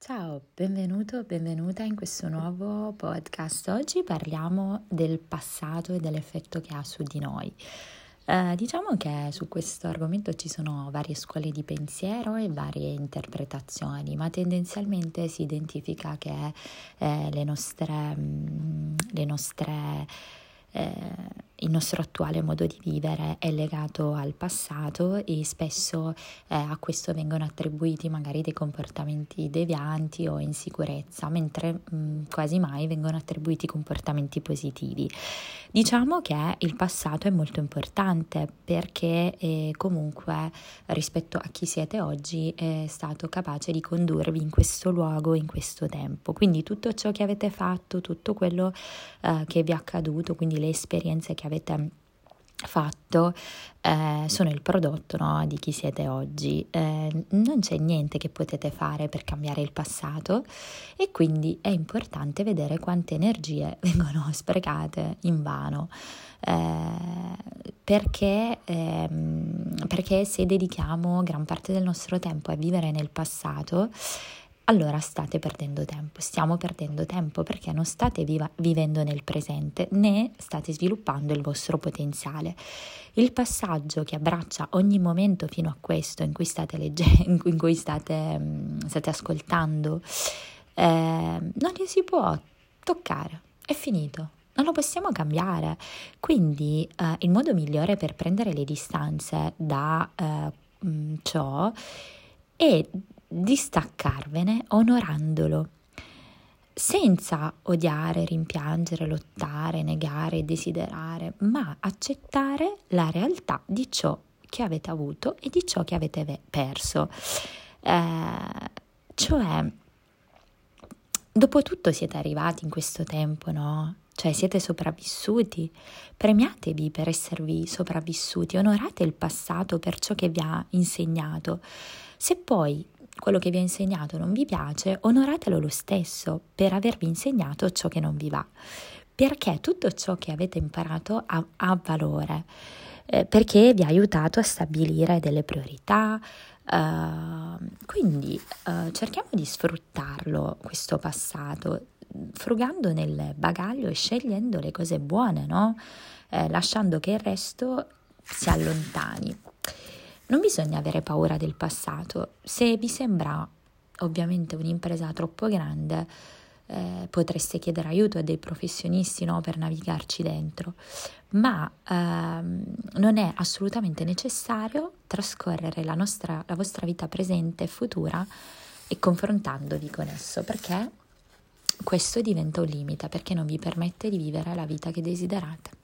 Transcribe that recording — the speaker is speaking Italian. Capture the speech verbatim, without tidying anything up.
Ciao, benvenuto, benvenuta in questo nuovo podcast. Oggi parliamo del passato e dell'effetto che ha su di noi. Eh, diciamo che su questo argomento ci sono varie scuole di pensiero e varie interpretazioni, ma tendenzialmente si identifica che eh, le nostre, mh, le nostre eh, il nostro attuale modo di vivere è legato al passato e spesso eh, a questo vengono attribuiti magari dei comportamenti devianti o insicurezza, mentre mh, quasi mai vengono attribuiti comportamenti positivi. Diciamo che il passato è molto importante perché eh, comunque rispetto a chi siete oggi è stato capace di condurvi in questo luogo, in questo tempo. Quindi tutto ciò che avete fatto, tutto quello eh, che vi è accaduto, quindi le esperienze che avete fatto eh, sono il prodotto, no, di chi siete oggi. Eh, non c'è niente che potete fare per cambiare il passato e quindi è importante vedere quante energie vengono sprecate invano. Eh, perché, ehm, perché se dedichiamo gran parte del nostro tempo a vivere nel passato, allora state perdendo tempo, stiamo perdendo tempo perché non state viva- vivendo nel presente né state sviluppando il vostro potenziale. Il passaggio che abbraccia ogni momento fino a questo in cui state leggendo, in cui state, mh, state ascoltando, eh, non li si può toccare, è finito. Non lo possiamo cambiare, quindi eh, il modo migliore per prendere le distanze da eh, mh, ciò è distaccarvene onorandolo, senza odiare, rimpiangere, lottare, negare, desiderare, ma accettare la realtà di ciò che avete avuto e di ciò che avete perso. Eh, cioè, dopo tutto siete arrivati in questo tempo, no? Cioè siete sopravvissuti, premiatevi per esservi sopravvissuti, onorate il passato per ciò che vi ha insegnato. Se poi quello che vi ha insegnato non vi piace, onoratelo lo stesso per avervi insegnato ciò che non vi va, perché tutto ciò che avete imparato ha, ha valore, eh, perché vi ha aiutato a stabilire delle priorità. Uh, quindi uh, cerchiamo di sfruttarlo, questo passato, frugando nel bagaglio e scegliendo le cose buone, no? Eh, lasciando che il resto si allontani. Non bisogna avere paura del passato. Se vi sembra ovviamente un'impresa troppo grande, eh, potreste chiedere aiuto a dei professionisti, no, per navigarci dentro, ma ehm, non è assolutamente necessario trascorrere la, nostra, la vostra vita presente e futura e confrontandovi con esso, perché questo diventa un limite, perché non vi permette di vivere la vita che desiderate.